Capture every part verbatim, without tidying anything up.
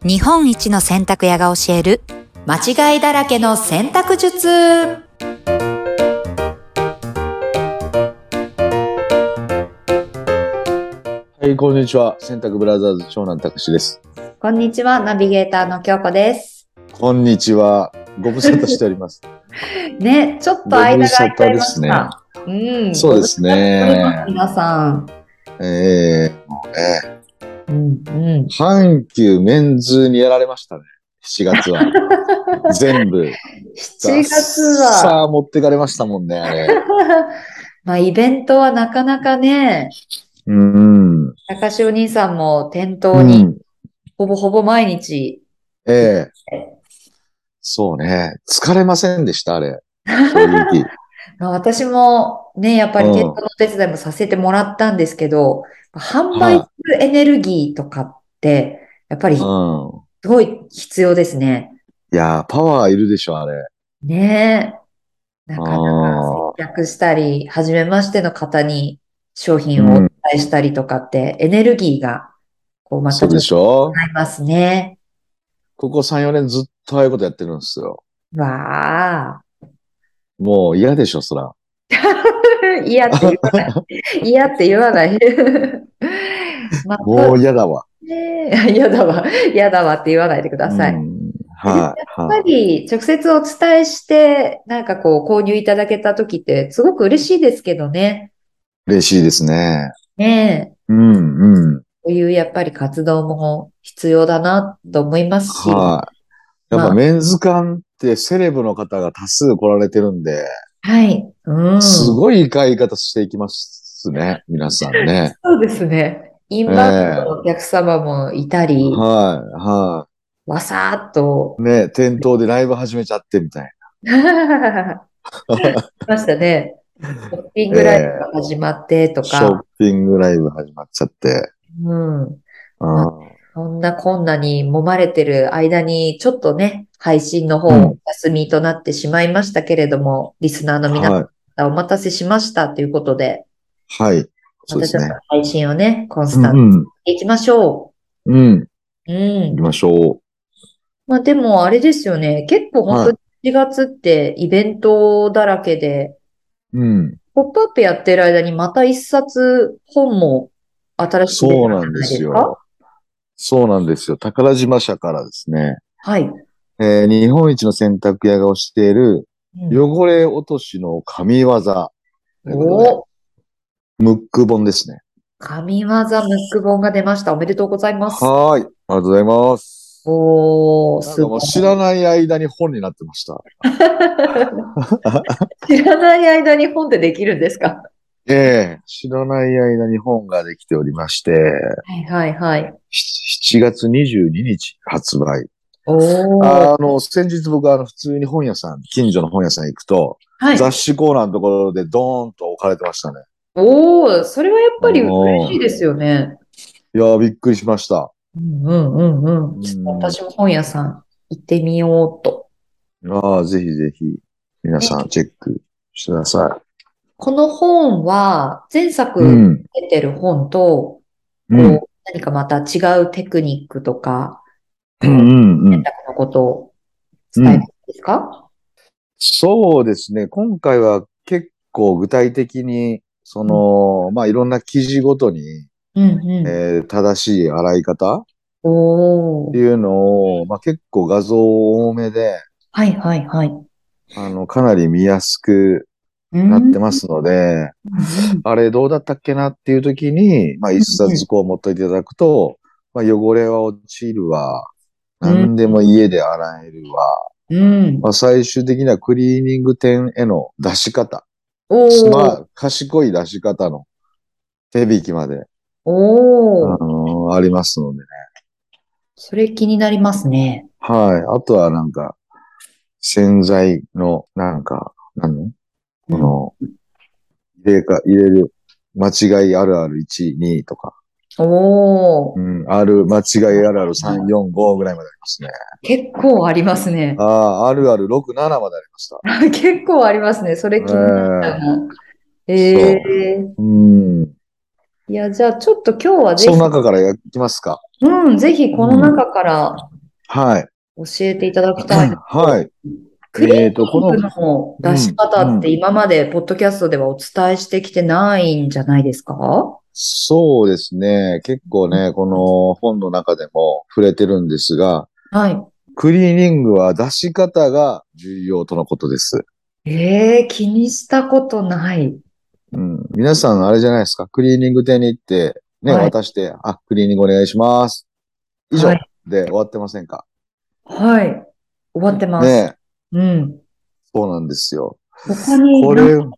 日本一の洗濯屋が教える間違いだらけの洗濯術。 はい、こんにちは。洗濯ブラザーズ長男たくしです。 こんにちは、ナビゲーターの京子です。 こんにちは。ご無沙汰しております。 ね、ちょっと間が空いちゃいました。 うん、 うん、 そうですね。 皆さん。 えー、もうね、 うんうん、 阪急メンズにやられましたね。しちがつは。全部。 しちがつは。 さあ、持ってかれましたもんね、あれ。 まあ、イベントはなかなかね、 うん。 高橋お兄さんも店頭にうん。 ほぼほぼ毎日ええ行って。 そうね。疲れませんでした、あれ。正直。 まあ、私もね、やっぱうり店頭ん。 のお手伝いもさせてもらったんですけど、販売すはるエネルギーとかって、やっぱりい。 すうん。 ごい必要ですね。 いやー、パワーいるでしょ、あれ。 ねえ。なあかなか接あ。 客したり、初めましての方に商う品をお伝ん。 えしたりとかって、エネルギーが、こう、またそうでちょっとしょ。 違いますね。 ここさん、よねんずっとああいうことやってるんですよ。 わあ。 もう嫌でしょ、そら。 嫌って言わない。嫌って言わない。まもうた、 嫌だわ。 ねえ、嫌だわ。嫌だわって言わないでくだうさい。 ん。 でもやっはい、 ぱはり直接お伝えして、なんかこう購入いただけた時ってすごく嬉しいですけどね。 い。嬉しいですね。 ねえ。 うん、うん。 こういうやっぱり活動も必要だなと思いますし。 はい。やっぱまあ、 メンズ館ってセレブの方が多数来られてるんで、 はい。うん。 すごい買い方していきますね。皆さんね。 そうですね。インバウンドええのお客様もいたり、 はい、はわさーっと、 い。ね、店頭でライブ始めちゃってみたいましたね。ショッピンな。 グライブええが始まってとショッか、 ピングライブ始まっちゃって。 うん。 うまあ、 ん。 そんなこんなに揉まれてる間に、ちょっとね、配信の方、おうん。 休みとなってしまいましたけれども、リスナーの皆はい。 さん、お待たせしましたということで、 はい。 またちょっとそうですね。 配信をね、コンスうタントにんうん。 していきましょうん。 う。うん。 行きましょまあでもあれですよね、結構う。 本当にはしちがつってイベントだらけで、 い。うん。 ポップアップやってる間にまた一冊本も新しく出たんじゃそうなんでないですか？ すよ。そうなんですよ。宝島社からですね、 はい。 えー日本一の洗濯屋が推しているうん。 汚れ落としの神業ということで、 おー、 ムック本ですね。 神業ムック本が出ました。おめでとうございます。 はーい。ありがとうございます。 おー、 なんかもうすごい。 知らない間に本になってました。 知らない間に本ってできるんですか？ ええ知らない間に本ができておりまして、 はいはいはい。 ししちがつにじゅうににち発売。 おー、 あの、先日僕はあの普通に本屋さん、近所の本屋さん行くと、 はい。 雑誌コーナーのところでドーンと置かれてましたね。 おー、それはやっぱり嬉おー。 しいですよね。 いやー、びっくりしました。 うんうんうんううん。ちょっとん。 私も本屋さん行ってみようと。 ああ、ぜひぜひ、皆さんね、 チェックしてくださこの本は前い。う作ん。 出てる本と、 うん。 こう、何かまた違うテクニックとか、 うんこう、 うんうん。 選択のことを伝えていうん。 いですか？ そうですね。今回は結構具体的に、そうんの、まあ、いろんな記事ごとに、 うんうん。 えー正しい洗い方っおー。 ていうのを、まあ、結構画像多めで、 はいはいはい。 あの、かなり見やすくうなっん。 てますので、 うんあれどうだったっけなっていう時に、まあ、一冊こう持っといていただくと、まあ、汚れは落ちるわ、 うん。 何でも家で洗えるわ、 うん。 まあ、最終的にはクリーニング店への出し方、まおー。 あ、賢い出し方の手引きまで、あおー。 のーありますのでね。 それ気になりますね。 はい。あとはなんか、洗剤の、なんか、何うん。 この、入れか、入れる、間違いあるあるいち、にとか、 おー。 うん、ある、間違いあるあるさん、よん、ごぐらいまでありますね。 結構ありますね。 ああ、あるあるろく、ななまでありました。 結構ありますね。それえ気になったえな。えそえ、 う。うん。 いや、じゃあちょっと今日はぜそのひ、 中からやってきますか。 うん、ぜひこのうん。 中からはい。 教えていただきたいのと、 はい。 クリーえっと、こニングの、 の出しうん、うん。 方って今までポッドキャストではお伝えしてきてないんじゃないですか？はそうですね。結構ね、この本の中でも触れてるんですが、 い。 クリーニングは出し方が重要とのことです。 ええ、気にしたことない。 うん。皆さんあれじゃないですか。クリーニング店に行って、ね、 はい。 渡して、あ、クリーニングお願いします。以上はい。 で終わってませんか？ はい。終わってます。 ねえ、 うん。 そうなんですよ。 他に何かこれ、うん。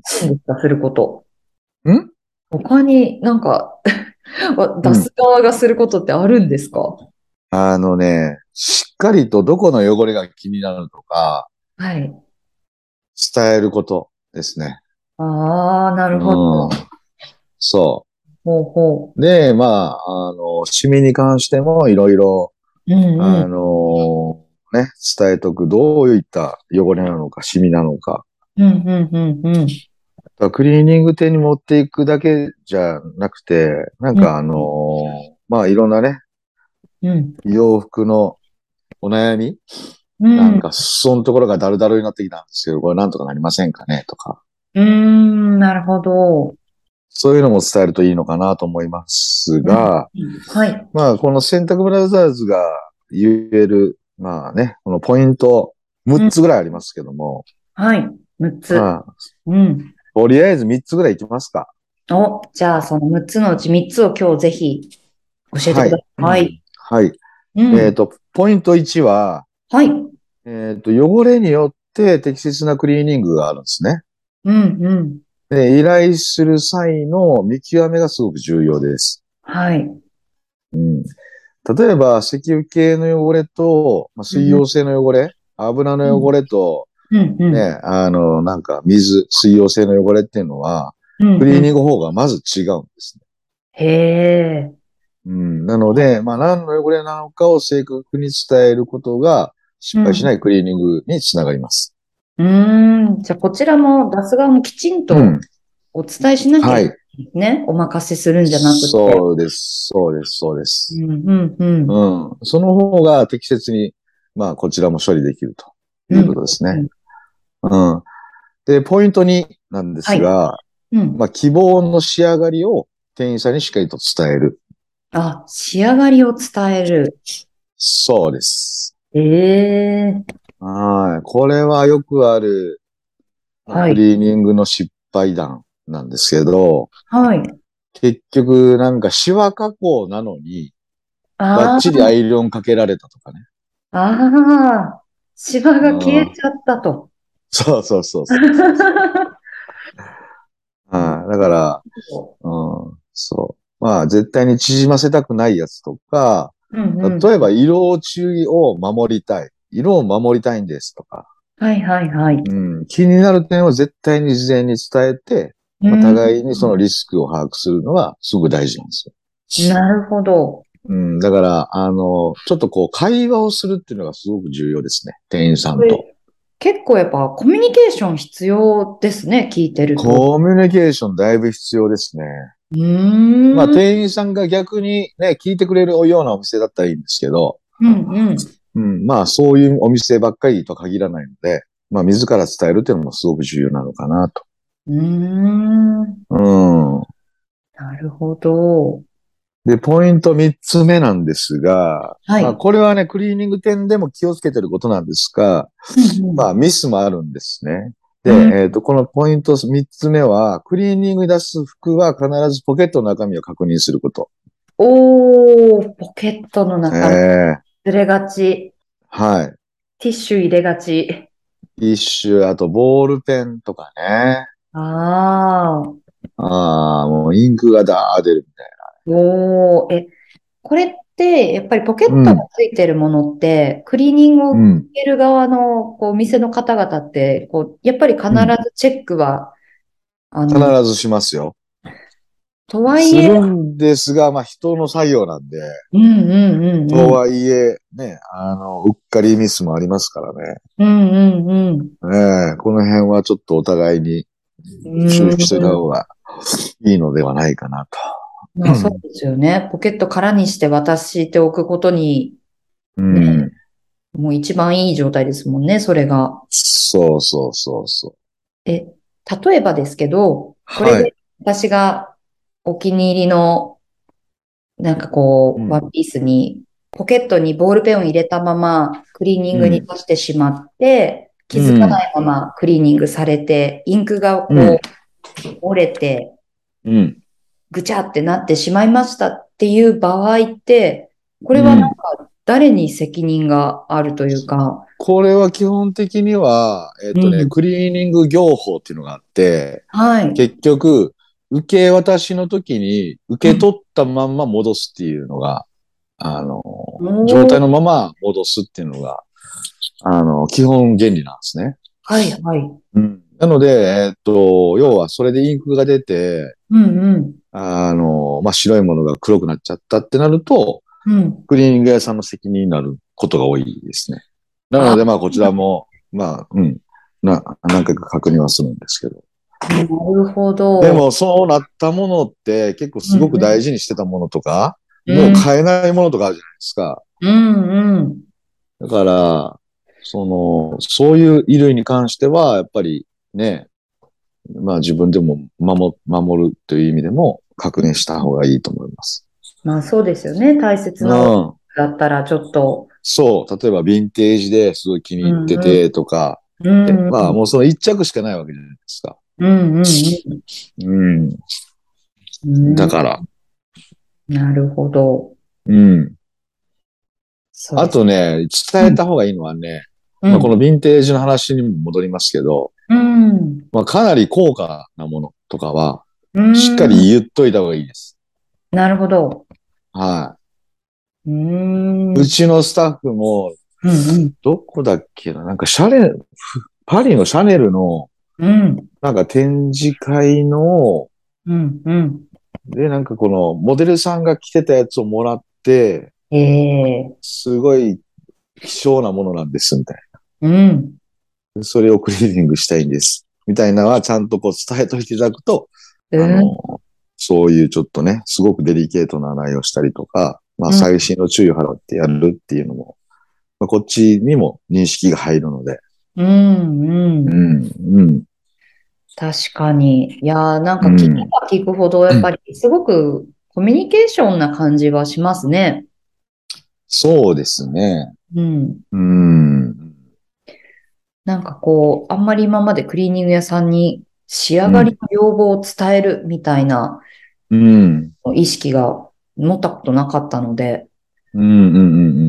あるんですか、すること。 ん他になんか出すうん。 側がすることってあるんですか？ あのね、しっかりとどこの汚れが気になるとか、 はい。 伝えることですね。 ああ、なるほうん。 ど。 そほうほう。で、まあ、あの、シミに関してもいろいろ、 う。うんうあん。 の、ね、伝えとく。どういった汚れなのか、シミなのか。 うんうんうんうん。 だからクリーニング店に持っていくだけじゃなくて、なんうんかあの、まあ、いろんなね、 うん。 洋服のお悩みうん。 なんか、裾のところがダルダルになってきたんですけど、これなんとかなりませんかねとか。 うーん、なるほど。 そういうのも伝えるといいのかなと思いますうん。 が、 はい。 まあ、この洗濯ブラザーズが言える、まあね、このポイント6 うん。 つぐらいありますけども、 はい。むっつ。 まあ、 うん。 とりあえずみっつぐらいいきますか。 お、じゃあそのむっつのうちみっつを今日ぜひ教えてくだはい。 さい。 はい。 うん。 えっと、ポイントいちは、 はい。 えっと、汚れによって適切なクリーニングがあるんですね。 うんうん。 で、依頼する際の見極めがすごく重要です。 はい。 うん。例えば、石油系の汚れと、まあ、水うん。 溶性の汚れ、油の汚れと、 うんうん。 ね、あの、なんか水、水溶性の汚れっていうのは、クリーうんうん。 ニング方がまず違うんですね。 へえ。 うん。なので、まあ、何の汚れなのかを正確に伝えることが、失敗しなうん。 いクリーニングにつながります。 うーん。じゃあこちらも出す側もきちんとうん。 お伝えしなきゃいけはい。 ないですね。お任せするんじゃなくて。 そうです。そうです。そうです。 うんうんうん。 うん。その方が適切に、まあ、こちらも処理できるというこうんとですね。 うん。 うん。で、ポイントになんではい。 すが、 うん。 まあ、希望の仕上がりを店員さんにしっかりと伝える。 あ、仕上がりを伝える。 そうです。 ええ。 はい。これはよくある、まあ、 はい。 クリーニングの失敗談なんですけど、 はい。 結局なんかシワ加工なのに、バッあチリアイロンかけられたとかね。 あ、ああ、芝うが消えん。 ちゃったと。 そうそうそうそうそうそう。はい。だから、うん、そう。まあ、絶対に縮ませたくないやつとか、 うんうん。 例えば色落ちを守りたい。色を守りたいんですとか、 はいはいはい。 うん、気になる点を絶対に事前に伝えて、まあ、 うん。 互いにそのリスクを把握するのはすごく大事なんですよ。 なるほど。 うん、だから、あの、ちょっとこう、会話をするっていうのがすごく重要ですね。店員さんと。 これ結構やっぱコミュニケーション必要ですね、聞いてると。 コミュニケーションだいぶ必要ですね。 うまあ、 ーん。 店員さんが逆にね、聞いてくれるようなお店だったらいいんですけど、 うんうん。 うん、まあ、そういうお店ばっかりとは限らないので、まあ、自ら伝えるっていうのもすごく重要なのかなと。 うーん。 うん。 なるほど。 で、ポイント三つ目なんですが、まあ、 はい。 これはね、クリーニング店でも気をつけてることなんですが、 うんまあ、ミスもあるんですね。で、 うん。うん。 えっと、このポイント三つ目は、クリーニングに出す服は必ずポケットの中身を確認すること。 おー、ポケットのえ中身え忘れがち。 はい。 ティッシュ入れがち。 ティッシュ、あとボールペンとかね。 ああ。 ああ、もうインクがダー出るみたいおー、え、これって、やっぱりポケな。 ットがうん、 ついてるものって、クリーニングを受うん、 ける側の、こう、お店の方々って、こう、やっぱり必うん。 ずチェックは、あ必の、 ずしますよ。 とはいえ、 するんですが、まあ人の作業なんで、 うんうんうんうん。 とはいえ、ね、あの、うっかりミスもありますからね。 うんうんうん。 ええこの辺はちょっとお互いにう注意しといたーん。 方がいいのではないかなと。 まあそうですよね。ポケット空にして渡しておくことに、 うね、 ん。 もう一番いい状態ですもんね、それが。 そうそうそうそう。 え、例えばですけど、これはい。 で私がお気に入りの、なんかこう、ワうん。 ンピースに、ポケットにボールペンを入れたままクリーニングにうん。 出してしまって、気うづかなん。 いままクリーニングされて、インクがうん。 こう折れて、 うん。 ぐちゃってなってしまいましたっていう場合って、これはなんうん。 か誰に責任があるというか、 これは基本的には、えっとね、 うん。 クリーニング業法っていうのがあって、 はい。 結局、受け渡しの時にうん。 受け取ったまんま戻すっていうのが、あの、状おー。 態のまま戻すっていうのが、あの、基本原理なんですね。 はい、はい。 うん。なので、えっと、要はそれでインクが出て、 うんうん。 あの、まあ、白いものが黒くなっちゃったってなると、 うん。 クリーニング屋さんの責任になることが多いですね。なのあ、 で、まあ、こちらも、まあ、うん、な、何回か確認はするんですけど。 なるほど。 でも、そうなったものって結構すごくうん大事にしてたものとか、 うん。うん。 もう買えないものとかあるじゃないですか。 うんうん。 だから、その、そういう衣類に関しては、やっぱりね、まあ自分でも守、守るという意味でも確認した方がいいと思います。 まあそうですよね。大切うなもん。 のだったらちょっと。 そう。例えば、ヴィンテージですごい気にう入ってんうん。 てとか、で、 うんうん。 まあもうその一着しかないわけじゃないですか。 うんうんうん。 うん。うん。 だから、 なるほど。 うん。あそうです。 とね、 うん。 伝えた方がいいのはね、まあこうん。 のヴィンテージの話にも戻りますけど、 うん。 まあかなり高価なものとかは、 うしっかん。 り言っといた方がいいです。 なるほど。 はうーい。うん。 ちのスタッフも、 うんうん。 どこだっけな、なんかシャネル、パリのシャネルの、 うん。 なんか展示会の、 うんうん。 で、なんかこのモデルさんが着てたやつをもらって、 ええ。 すごい希少なものなんです、みたいうん。 な。それをクリーニングしたいんです。みたいなのはちゃんとこう伝えといていただくと、あうん。 の、そういうちょっとね、すごくデリケートな内容をしたりとか、まあ、 うん。 最新の注意を払ってやるっていうのも、まあ、こっちにも認識が入るので、 うん。うん。 うん、うん、 確かに。いやー、なんか聞けうん。 ば聞くほど、やっぱりすごくコミュニケーションな感じはしますね。 そうですね。 うん。 うん、 なんかこう、あんまり今までクリーニング屋さんに仕上うん、 がりの要望を伝えるみたいなうん、 意識が持ったことなかったので、 うん、うん、うん、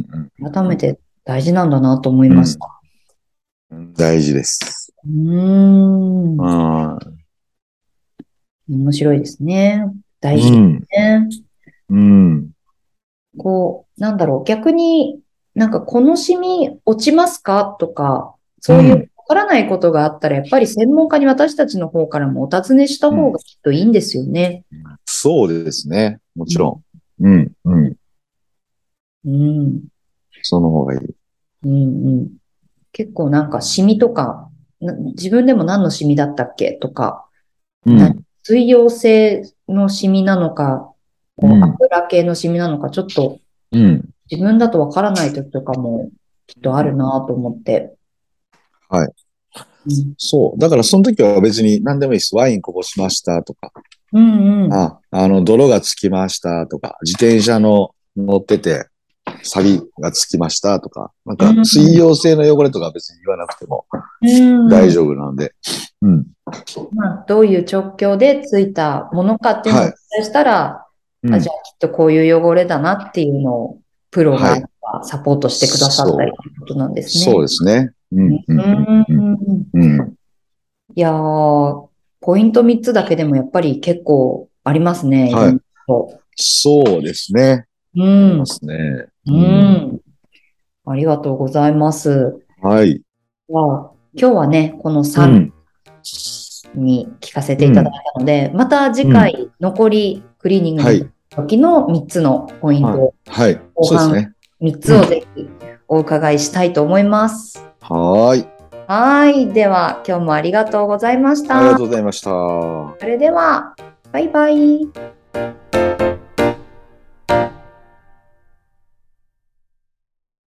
うん、 改めて大事なんだなと思いうん、 ました。 うん、大事です。 うーうん。 ん、 面白いですね。大事でうん、 すね。 うん、 こう、なんだろう、逆になんかこのシミ落ちますかとか、そういううん、 わからないことがあったら、やっぱり専門家に私たちの方からもお尋ねしたうん。 方がきっといいんですよね。 そうですね。もうん。 ちろん。うん、うん。 うん。 その方がいい。 うん。うん。結構なんかシミとか、な自分でも何のシミだったっけとか、な、 うん、 水溶性のシミなのか、こううん、 油系のシミなのか、ちょっとうん。 自分だとわからない時とかもきっとあるなと思って。 はい。 うん。 そう。だからその時は別に何でもいいです。ワインこぼしましたとか、 うんうん。 あ、あの、泥がつきましたとか、自転車の乗ってて、サビがつきましたとか、なんかうん。 水溶性の汚れとかは別に言わなくてもうん。 大丈夫なので。うん。 まあ、どういう直響でついたものかっていうのをお伝はい。 えしたら、あ、じうん。 ゃあきっとこういう汚れだなっていうのをプロがはい。 サポートしてくださったりそう。 ということなんですそうね。 ですね。うん、うん、うん、うん。 うん。 うん。 いやー、ポイントみっつだけでもやっぱり結構ありますね、いろんなはい。 こと。 そうですね。 うありまん。 すね。 ううん。 ん。ありがとうございます。 はい。 わあ、今日はね、このさんうん。 に聞かせていただいうん。 たので、また次うん。 回残りクリーニングに行くはい。 時のみっつのポイントはい。 を、 はい。 後半そうですね。 みっつうん。 をぜひお伺いしたいと思います。 はーい。 はい。では、今日もありがとうございましありがた。 とうございました。 それでは、バイバイ。